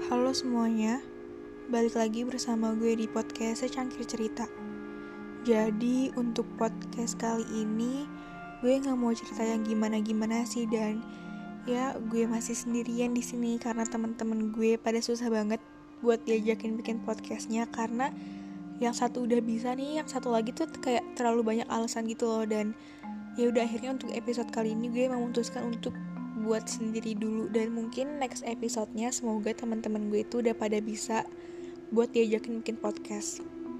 Halo semuanya, balik lagi bersama gue di podcast Secangkir Cerita. Jadi untuk podcast kali ini gue nggak mau cerita yang gimana-gimana sih, dan ya gue masih sendirian di sini karena teman-teman gue pada susah banget buat diajakin bikin podcastnya karena yang satu udah bisa nih, yang satu lagi tuh kayak terlalu banyak alasan gitu loh. Dan ya udah, akhirnya untuk episode kali ini gue memutuskan untuk buat sendiri dulu, dan mungkin next episode-nya semoga teman-teman gue itu udah pada bisa buat diajakin bikin podcast.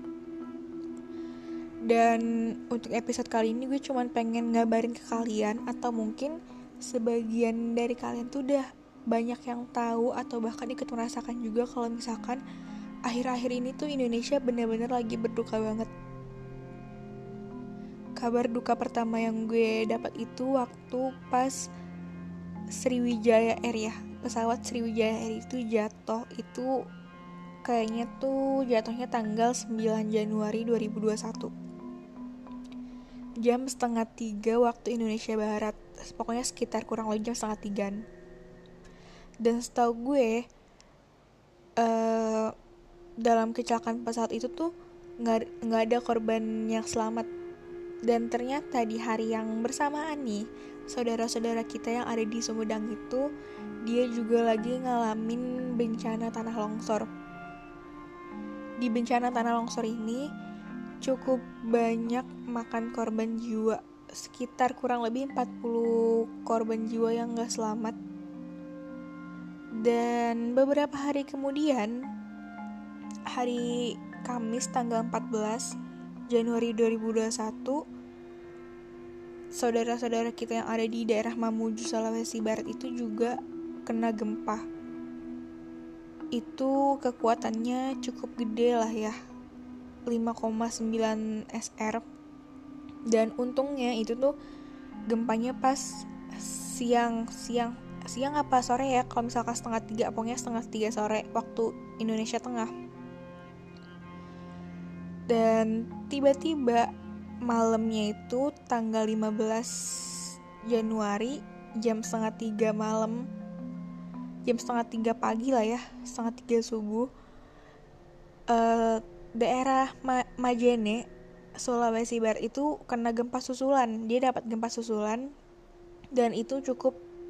Dan untuk episode kali ini gue cuman pengen ngabarin ke kalian, atau mungkin sebagian dari kalian tuh udah banyak yang tahu atau bahkan ikut merasakan juga kalau misalkan akhir-akhir ini tuh Indonesia benar-benar lagi berduka banget. Kabar duka pertama yang gue dapat itu waktu pas Sriwijaya Air, ya, pesawat Sriwijaya Air itu jatuh. Itu kayaknya tuh jatuhnya tanggal 9 Januari 2021, jam 2:30 waktu Indonesia Barat. Pokoknya sekitar kurang lebih jam 2:30. Dan setahu gue dalam kecelakaan pesawat itu tuh nggak ada korban yang selamat. Dan ternyata di hari yang bersamaan nih, saudara-saudara kita yang ada di Sumedang itu, dia juga lagi ngalamin bencana tanah longsor. Di bencana tanah longsor ini cukup banyak makan korban jiwa, sekitar kurang lebih 40 korban jiwa yang gak selamat. Dan beberapa hari kemudian, hari Kamis tanggal 14 Januari 2021, saudara-saudara kita yang ada di daerah Mamuju, Sulawesi Barat itu juga kena gempa. Itu kekuatannya cukup gede lah ya, 5,9 SR. Dan untungnya itu tuh gempanya pas siang apa sore ya, kalau misalkan 2:30, pokoknya 2:30 sore waktu Indonesia Tengah. Dan tiba-tiba malamnya itu tanggal 15 Januari jam 2:30 malam, jam 2:30 pagi lah ya, 2:30 subuh, daerah Majene, Sulawesi Barat itu kena gempa susulan. Dia dapat gempa susulan dan itu cukup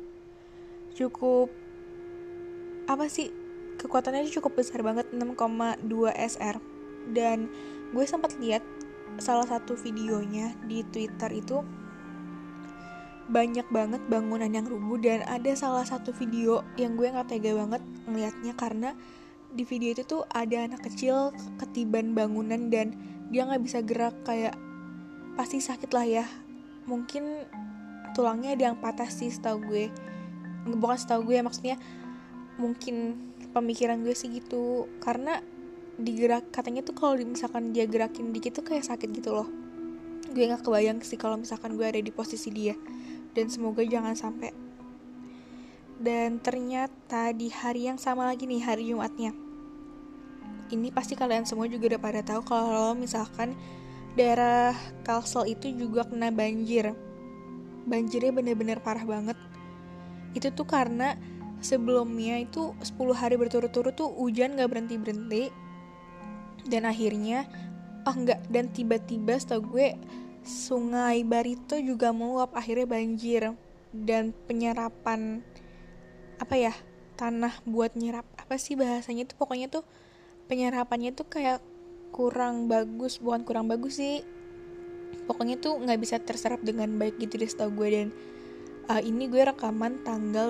apa sih, kekuatannya cukup besar banget, 6,2 SR. Dan gue sempat lihat salah satu videonya di Twitter, itu banyak banget bangunan yang rubuh. Dan ada salah satu video yang gue gak tega banget ngeliatnya, karena di video itu tuh ada anak kecil ketiban bangunan dan dia gak bisa gerak. Kayak pasti sakit lah ya, mungkin tulangnya ada yang patah sih setahu gue. Bukan setahu gue, maksudnya mungkin pemikiran gue sih gitu, karena katanya tuh kalau misalkan dia gerakin dikit tuh kayak sakit gitu loh. Gue gak kebayang sih kalau misalkan gue ada di posisi dia, dan semoga jangan sampai. Dan ternyata di hari yang sama lagi nih, hari Jumatnya, ini pasti kalian semua juga udah pada tahu kalau misalkan daerah Kalsel itu juga kena banjir. Banjirnya bener-bener parah banget. Itu tuh karena sebelumnya itu 10 hari berturut-turut tuh hujan gak berhenti-berhenti. Dan akhirnya dan tiba-tiba setahu gue Sungai Barito juga meluap, akhirnya banjir. Dan penyerapan tanah buat nyerap, apa sih bahasanya tuh, pokoknya tuh penyerapannya tuh kayak kurang bagus sih, pokoknya tuh nggak bisa terserap dengan baik gitu deh setahu gue. Dan ini gue rekaman tanggal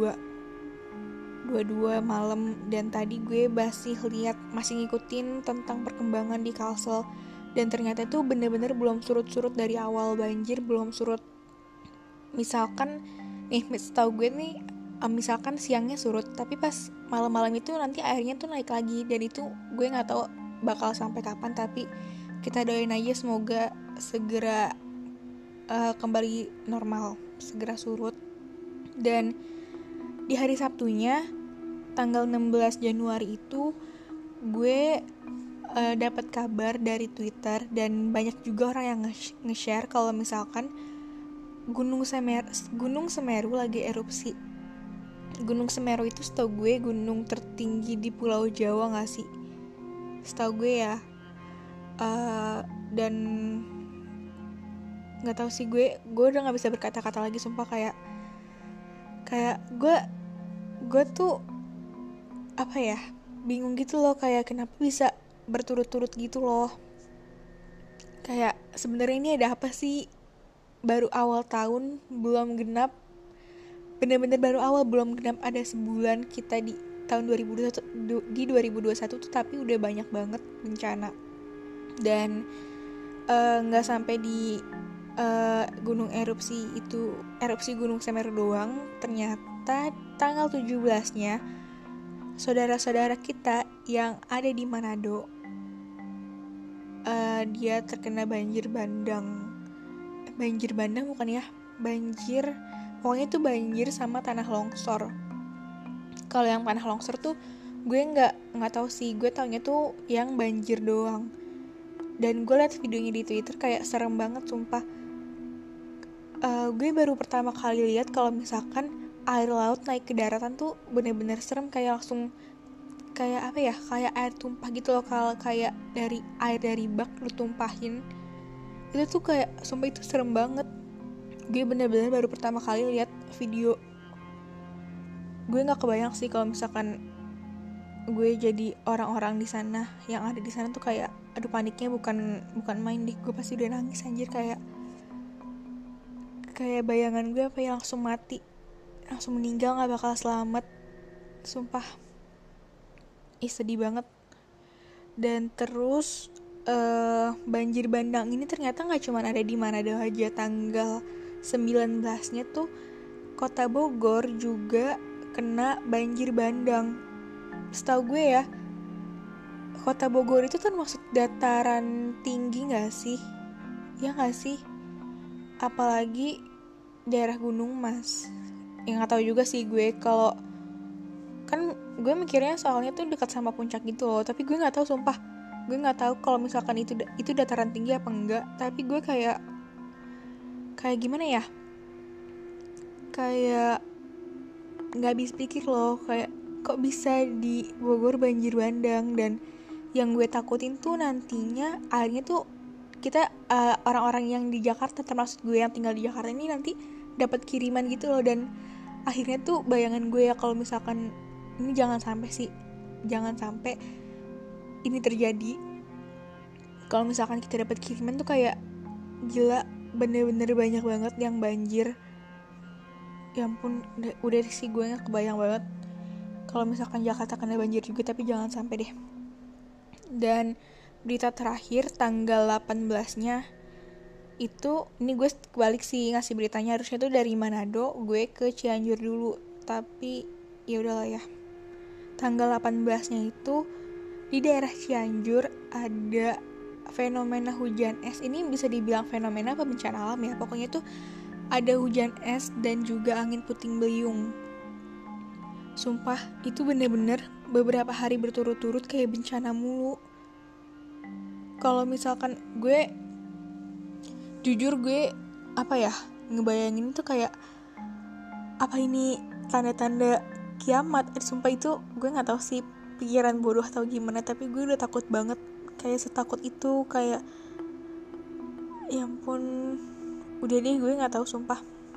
22 malam, dan tadi gue masih ngikutin tentang perkembangan di Kalsel. Dan ternyata itu bener-bener belum surut-surut dari awal banjir, belum surut. Misalkan nih, setahu gue nih, misalkan siangnya surut, tapi pas malam-malam itu nanti airnya tuh naik lagi. Dan itu gue nggak tahu bakal sampai kapan, tapi kita doain aja semoga segera kembali normal, segera surut. Dan di hari Sabtunya tanggal 16 Januari itu gue dapat kabar dari Twitter, dan banyak juga orang yang nge-share kalau misalkan Gunung Semeru lagi erupsi. Gunung Semeru itu setahu gue gunung tertinggi di Pulau Jawa nggak sih? Setahu gue ya. Dan nggak tahu sih, gue udah nggak bisa berkata-kata lagi, sumpah. Kayak gue tuh apa ya, bingung gitu loh, kayak kenapa bisa berturut-turut gitu loh. Kayak sebenarnya ini ada apa sih? Baru awal tahun, belum genap, bener-bener baru awal, belum genap ada sebulan kita di tahun 2021 tuh, tapi udah banyak banget bencana. Dan nggak sampai di gunung erupsi Gunung Semeru doang. Ternyata tanggal 17-nya saudara-saudara kita yang ada di Manado, dia terkena banjir bandang bukan ya, pokoknya itu banjir sama tanah longsor. Kalau yang tanah longsor tuh gue nggak tahu sih, gue taunya tuh yang banjir doang. Dan gue liat videonya di Twitter, kayak serem banget sumpah. Gue baru pertama kali lihat kalau misalkan air laut naik ke daratan tuh bener-bener serem, kayak langsung kayak apa ya, kayak air tumpah gitu loh. Kalau kayak dari air dari bak lu tumpahin, itu tuh kayak sumpah itu serem banget. Gue bener-bener baru pertama kali lihat video. Gue nggak kebayang sih kalau misalkan gue jadi orang-orang di sana, yang ada di sana tuh kayak aduh, paniknya bukan main deh. Gue pasti udah nangis anjir, kayak bayangan gue apa ya, langsung mati, langsung meninggal, nggak bakal selamat, sumpah. Sedih banget. Dan terus banjir bandang ini ternyata nggak cuma ada di Manado aja. Tanggal 19-nya tuh kota Bogor juga kena banjir bandang. Setahu gue ya, kota Bogor itu kan maksud dataran tinggi nggak sih? Ya nggak sih? Apalagi daerah Gunung Mas. Yang nggak tahu juga sih gue, kalau kan gue mikirnya soalnya tuh dekat sama puncak gitu loh, tapi gue nggak tahu sumpah. Gue nggak tahu kalau misalkan itu dataran tinggi apa enggak. Tapi gue kayak gimana ya? Kayak nggak habis pikir loh, kayak kok bisa di Bogor banjir bandang. Dan yang gue takutin tuh nantinya airnya tuh kita orang-orang yang di Jakarta, termasuk gue yang tinggal di Jakarta ini, nanti dapat kiriman gitu loh. Dan akhirnya tuh bayangan gue ya, kalau misalkan ini jangan sampai ini terjadi. Kalau misalkan kita dapat kiriman tuh kayak gila, bener-bener banyak banget yang banjir. Ya ampun, udah sih gue nggak kebayang banget kalau misalkan Jakarta kena banjir juga, tapi jangan sampai deh. Dan berita terakhir tanggal 18-nya itu, ini gue kebalik sih ngasih beritanya, harusnya tuh dari Manado gue ke Cianjur dulu, tapi ya udahlah ya. Tanggal 18-nya itu di daerah Cianjur ada fenomena hujan es. Ini bisa dibilang fenomena apa bencana alam ya, pokoknya tuh ada hujan es dan juga angin puting beliung. Sumpah itu bener-bener beberapa hari berturut-turut kayak bencana mulu. Kalau misalkan gue jujur, gue apa ya, ngebayangin tuh kayak apa ini tanda-tanda kiamat. Sumpah itu gue nggak tahu sih pikiran bodoh atau gimana, tapi gue udah takut banget, kayak setakut itu. Kayak ya ampun, udah deh, gue nggak tahu sumpah.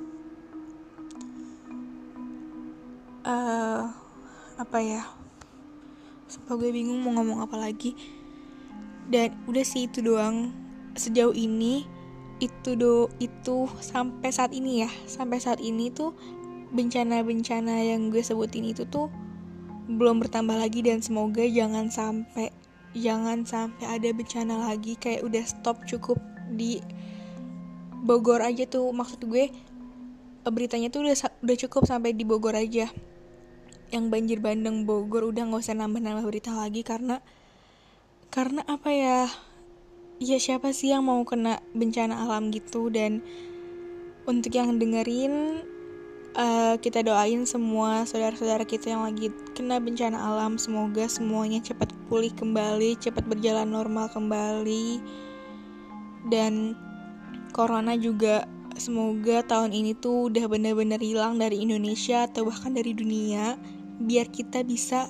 Apa ya, sumpah gue bingung mau ngomong apa lagi. Dan udah sih itu doang sejauh ini. Itu sampai saat ini tuh bencana-bencana yang gue sebutin itu tuh belum bertambah lagi. Dan semoga jangan sampai ada bencana lagi. Kayak udah stop, cukup di Bogor aja tuh. Maksud gue beritanya tuh udah cukup sampai di Bogor aja. Yang banjir bandang Bogor udah gak usah nambah-nambah berita lagi. Karena apa ya, siapa sih yang mau kena bencana alam gitu. Dan untuk yang dengerin, kita doain semua saudara-saudara kita yang lagi kena bencana alam, semoga semuanya cepat pulih kembali, cepat berjalan normal kembali. Dan corona juga semoga tahun ini tuh udah benar-benar hilang dari Indonesia atau bahkan dari dunia, biar kita bisa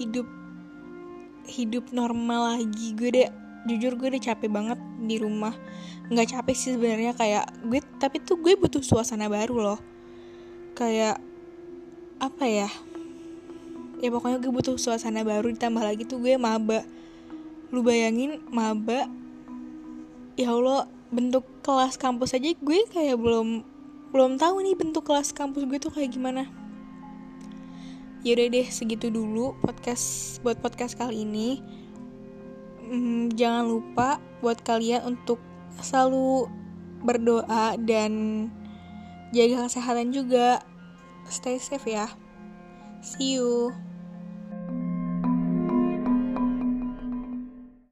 hidup normal lagi. Jujur gue udah capek banget di rumah. Nggak capek sih sebenarnya, kayak gue, tapi tuh gue butuh suasana baru loh. Kayak apa ya pokoknya gue butuh suasana baru, ditambah lagi tuh gue maba. Lu bayangin maba, ya Allah, bentuk kelas kampus aja gue kayak belum tahu nih bentuk kelas kampus gue tuh kayak gimana. Yaudah deh, segitu dulu podcast kali ini. Jangan lupa buat kalian untuk selalu berdoa dan jaga kesehatan juga. Stay safe ya. See you.